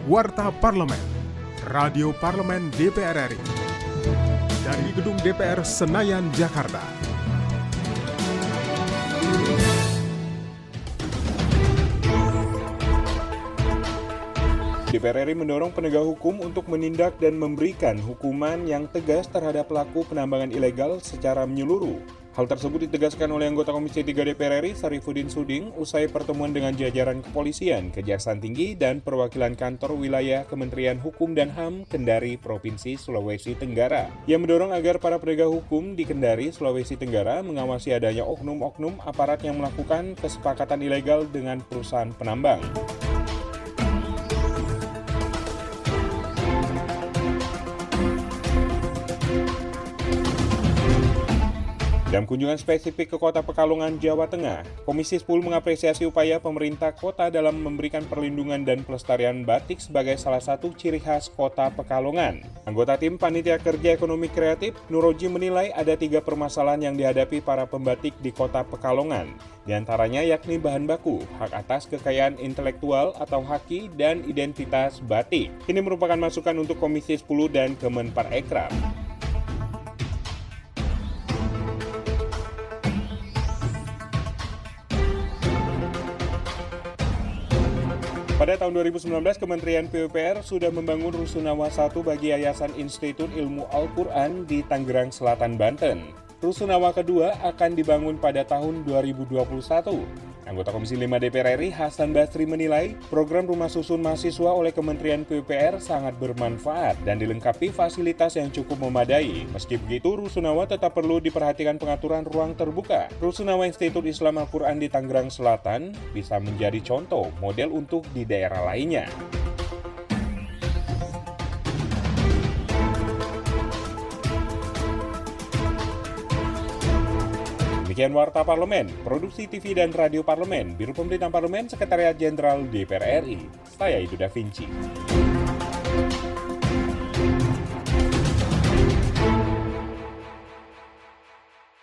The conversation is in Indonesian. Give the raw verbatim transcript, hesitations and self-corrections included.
Warta Parlemen, Radio Parlemen D P R R I, dari Gedung D P R Senayan, Jakarta. D P R R I mendorong penegak hukum untuk menindak dan memberikan hukuman yang tegas terhadap pelaku penambangan ilegal secara menyeluruh. Hal tersebut ditegaskan oleh anggota Komisi tiga D P R R I, Sarifuddin Suding, usai pertemuan dengan jajaran kepolisian, Kejaksaan Tinggi, dan perwakilan kantor wilayah Kementerian Hukum dan H A M Kendari, Provinsi Sulawesi Tenggara, yang mendorong agar para penegak hukum di Kendari, Sulawesi Tenggara mengawasi adanya oknum-oknum aparat yang melakukan kesepakatan ilegal dengan perusahaan penambang. Dalam kunjungan spesifik ke Kota Pekalongan, Jawa Tengah, Komisi sepuluh mengapresiasi upaya pemerintah kota dalam memberikan perlindungan dan pelestarian batik sebagai salah satu ciri khas Kota Pekalongan. Anggota tim Panitia Kerja Ekonomi Kreatif, Nuroji, menilai ada tiga permasalahan yang dihadapi para pembatik di Kota Pekalongan. Di antaranya yakni bahan baku, hak atas kekayaan intelektual atau haki, dan identitas batik. Ini merupakan masukan untuk Komisi sepuluh dan Kemenparekraf. Pada tahun dua ribu sembilan belas, Kementerian P U P R sudah membangun Rusunawa satu bagi Yayasan Institut Ilmu Al-Quran di Tangerang Selatan, Banten. Rusunawa kedua akan dibangun pada tahun dua ribu dua puluh satu. Anggota Komisi lima D P R R I, Hasan Basri, menilai program rumah susun mahasiswa oleh Kementerian P U P R sangat bermanfaat dan dilengkapi fasilitas yang cukup memadai. Meski begitu, Rusunawa tetap perlu diperhatikan pengaturan ruang terbuka. Rusunawa Institut Islam Al-Quran di Tangerang Selatan bisa menjadi contoh model untuk di daerah lainnya. Demikian Warta Parlemen, Produksi T V dan Radio Parlemen, Biro Pemberitaan Parlemen, Sekretariat Jenderal D P R R I. Saya Ido Da Vinci.